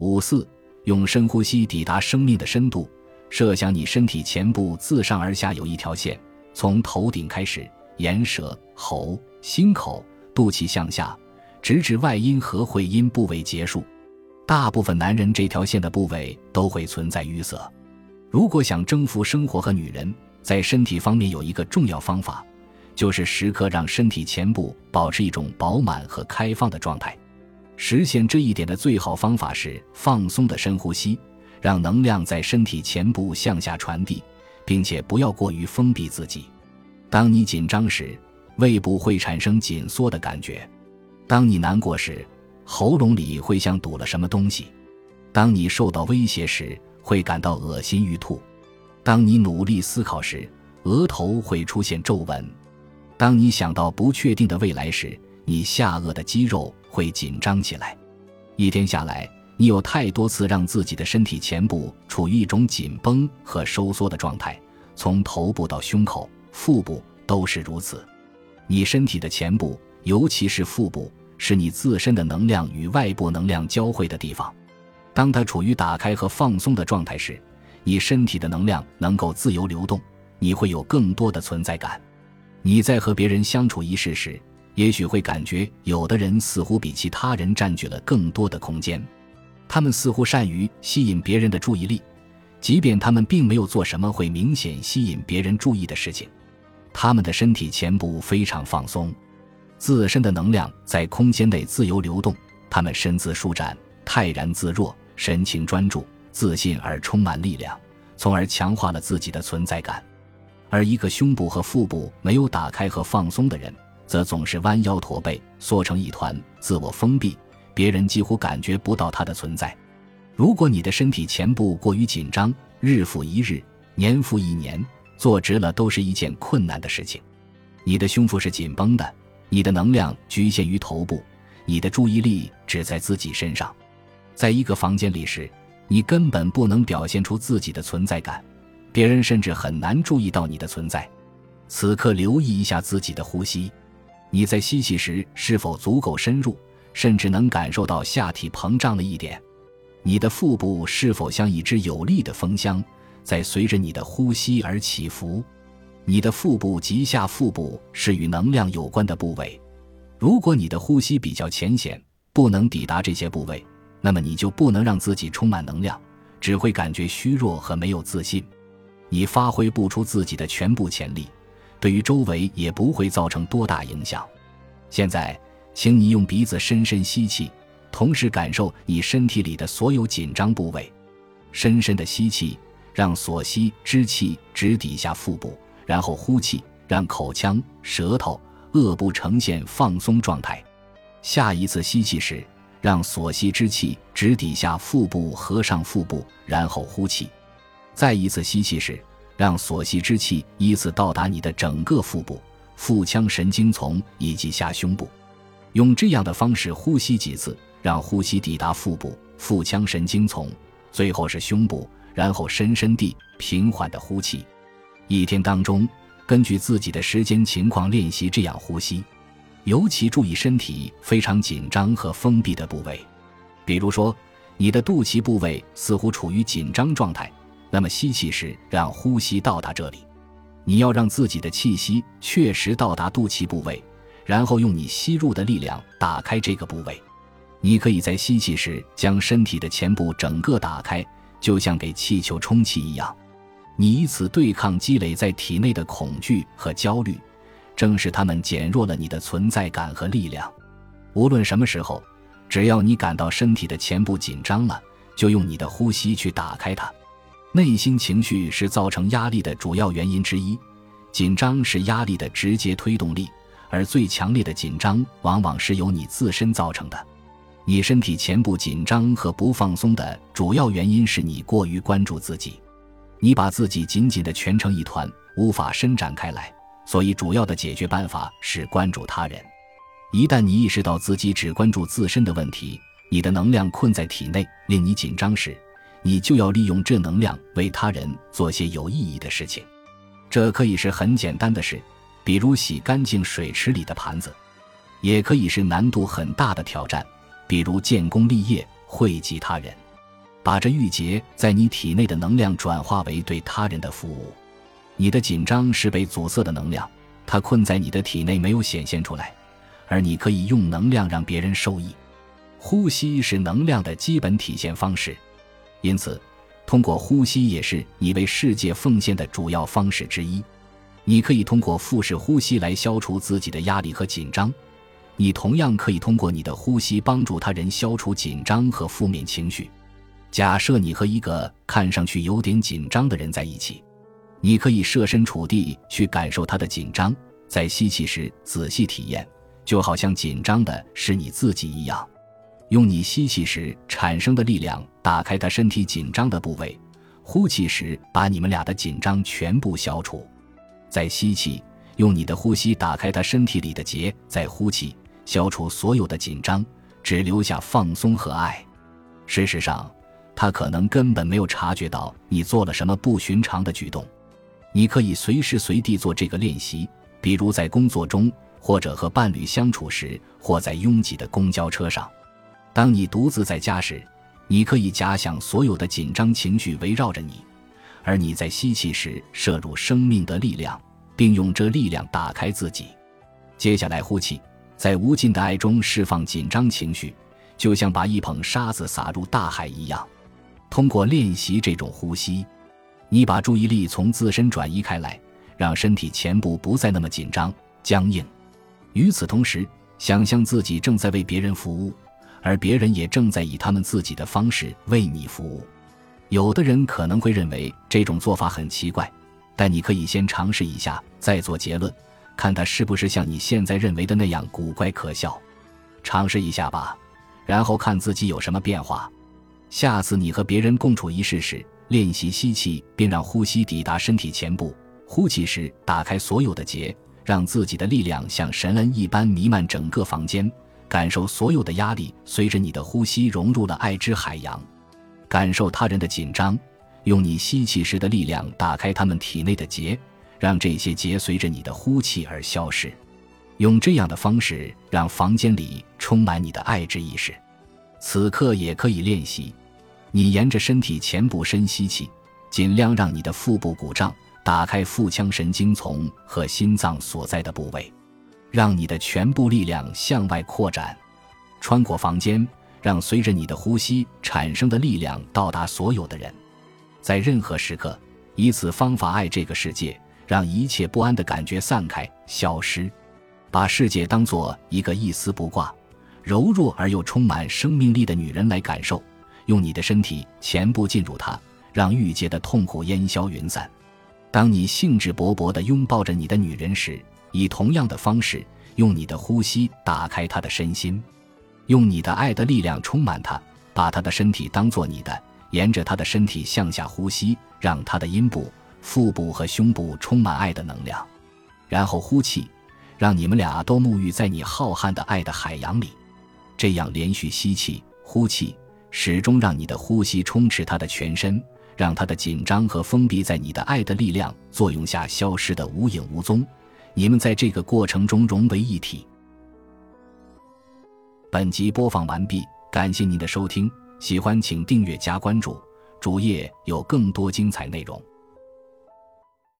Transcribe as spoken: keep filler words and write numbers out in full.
五四，用深呼吸抵达生命的深度。设想你身体前部自上而下有一条线，从头顶开始，沿舌、喉、心口、肚脐向下，直至外阴和会阴部位结束。大部分男人这条线的部位都会存在淤塞。如果想征服生活和女人，在身体方面有一个重要方法，就是时刻让身体前部保持一种饱满和开放的状态。实现这一点的最好方法是放松的深呼吸，让能量在身体前部向下传递，并且不要过于封闭自己。当你紧张时，胃部会产生紧缩的感觉；当你难过时，喉咙里会像堵了什么东西；当你受到威胁时，会感到恶心欲吐；当你努力思考时，额头会出现皱纹；当你想到不确定的未来时，你下颚的肌肉会紧张起来。一天下来，你有太多次让自己的身体前部处于一种紧绷和收缩的状态，从头部到胸口、腹部都是如此。你身体的前部，尤其是腹部，是你自身的能量与外部能量交汇的地方。当它处于打开和放松的状态时，你身体的能量能够自由流动，你会有更多的存在感。你在和别人相处一事时，也许会感觉有的人似乎比其他人占据了更多的空间。他们似乎善于吸引别人的注意力，即便他们并没有做什么会明显吸引别人注意的事情。他们的身体前部非常放松，自身的能量在空间内自由流动，他们身姿舒展，泰然自若，神情专注，自信而充满力量，从而强化了自己的存在感。而一个胸部和腹部没有打开和放松的人，则总是弯腰驼背，缩成一团，自我封闭，别人几乎感觉不到他的存在。如果你的身体前部过于紧张，日复一日，年复一年，坐直了都是一件困难的事情。你的胸腹是紧绷的，你的能量局限于头部，你的注意力只在自己身上。在一个房间里时，你根本不能表现出自己的存在感，别人甚至很难注意到你的存在。此刻留意一下自己的呼吸，你在吸气时是否足够深入，甚至能感受到下体膨胀了一点？你的腹部是否像一只有力的风箱，在随着你的呼吸而起伏？你的腹部及下腹部是与能量有关的部位，如果你的呼吸比较浅显，不能抵达这些部位，那么你就不能让自己充满能量，只会感觉虚弱和没有自信。你发挥不出自己的全部潜力，对于周围也不会造成多大影响。现在，请你用鼻子深深吸气，同时感受你身体里的所有紧张部位。深深的吸气，让锁吸支气直抵下腹部，然后呼气，让口腔、舌头、颚部呈现放松状态。下一次吸气时，让锁吸支气直抵下腹部和上腹部，然后呼气。再一次吸气时，让锁吸支气依次到达你的整个腹部、腹腔神经丛以及下胸部。用这样的方式呼吸几次，让呼吸抵达腹部、腹腔神经丛，最后是胸部，然后深深地、平缓地呼气。一天当中，根据自己的时间情况练习这样呼吸，尤其注意身体非常紧张和封闭的部位。比如说，你的肚脐部位似乎处于紧张状态，那么吸气时让呼吸到达这里。你要让自己的气息确实到达肚脐部位，然后用你吸入的力量打开这个部位。你可以在吸气时将身体的前部整个打开，就像给气球充气一样。你以此对抗积累在体内的恐惧和焦虑，正是它们减弱了你的存在感和力量。无论什么时候，只要你感到身体的前部紧张了，就用你的呼吸去打开它。内心情绪是造成压力的主要原因之一，紧张是压力的直接推动力，而最强烈的紧张往往是由你自身造成的。你身体前部紧张和不放松的主要原因是你过于关注自己，你把自己紧紧地蜷成一团，无法伸展开来，所以主要的解决办法是关注他人。一旦你意识到自己只关注自身的问题，你的能量困在体内，令你紧张时，你就要利用这能量为他人做些有意义的事情。这可以是很简单的事，比如洗干净水池里的盘子，也可以是难度很大的挑战，比如建功立业、惠及他人。 把这郁结在你体内的能量转化为对他人的服务。你的紧张是被阻塞的能量，它困在你的体内没有显现出来，而你可以用能量让别人受益。呼吸是能量的基本体现方式，因此通过呼吸也是你为世界奉献的主要方式之一。你可以通过腹式呼吸来消除自己的压力和紧张，你同样可以通过你的呼吸帮助他人消除紧张和负面情绪。假设你和一个看上去有点紧张的人在一起，你可以设身处地去感受他的紧张，在吸气时仔细体验，就好像紧张的是你自己一样。用你吸气时产生的力量打开他身体紧张的部位，呼气时把你们俩的紧张全部消除。再吸气，用你的呼吸打开他身体里的结，再呼气，消除所有的紧张，只留下放松和爱。事实上，他可能根本没有察觉到你做了什么不寻常的举动。你可以随时随地做这个练习，比如在工作中，或者和伴侣相处时，或在拥挤的公交车上。当你独自在家时，你可以假想所有的紧张情绪围绕着你，而你在吸气时摄入生命的力量，并用这力量打开自己。接下来呼气，在无尽的爱中释放紧张情绪，就像把一捧沙子洒入大海一样。通过练习这种呼吸，你把注意力从自身转移开来，让身体前部不再那么紧张、僵硬。与此同时，想象自己正在为别人服务，而别人也正在以他们自己的方式为你服务。有的人可能会认为这种做法很奇怪，但你可以先尝试一下，再做结论，看它是不是像你现在认为的那样古怪可笑。尝试一下吧，然后看自己有什么变化。下次你和别人共处一室时，练习吸气，并让呼吸抵达身体前部，呼气时打开所有的结，让自己的力量像神恩一般弥漫整个房间，感受所有的压力随着你的呼吸融入了爱之海洋。感受他人的紧张，用你吸气时的力量打开他们体内的结，让这些结随着你的呼气而消失。用这样的方式让房间里充满你的爱之意识。此刻也可以练习，你沿着身体前部深吸气，尽量让你的腹部鼓胀，打开腹腔神经丛和心脏所在的部位，让你的全部力量向外扩展，穿过房间，让随着你的呼吸产生的力量到达所有的人。在任何时刻，以此方法爱这个世界，让一切不安的感觉散开、消失。把世界当作一个一丝不挂、柔弱而又充满生命力的女人来感受，用你的身体全部进入它，让郁结的痛苦烟消云散。当你兴致勃勃地拥抱着你的女人时，以同样的方式，用你的呼吸打开她的身心，用你的爱的力量充满她，把她的身体当作你的，沿着她的身体向下呼吸，让她的阴部、腹部和胸部充满爱的能量。然后呼气，让你们俩都沐浴在你浩瀚的爱的海洋里。这样连续吸气、呼气，始终让你的呼吸充斥她的全身，让她的紧张和封闭在你的爱的力量作用下消失得无影无踪。你们在这个过程中融为一体。本集播放完毕，感谢您的收听，喜欢请订阅加关注，主页有更多精彩内容。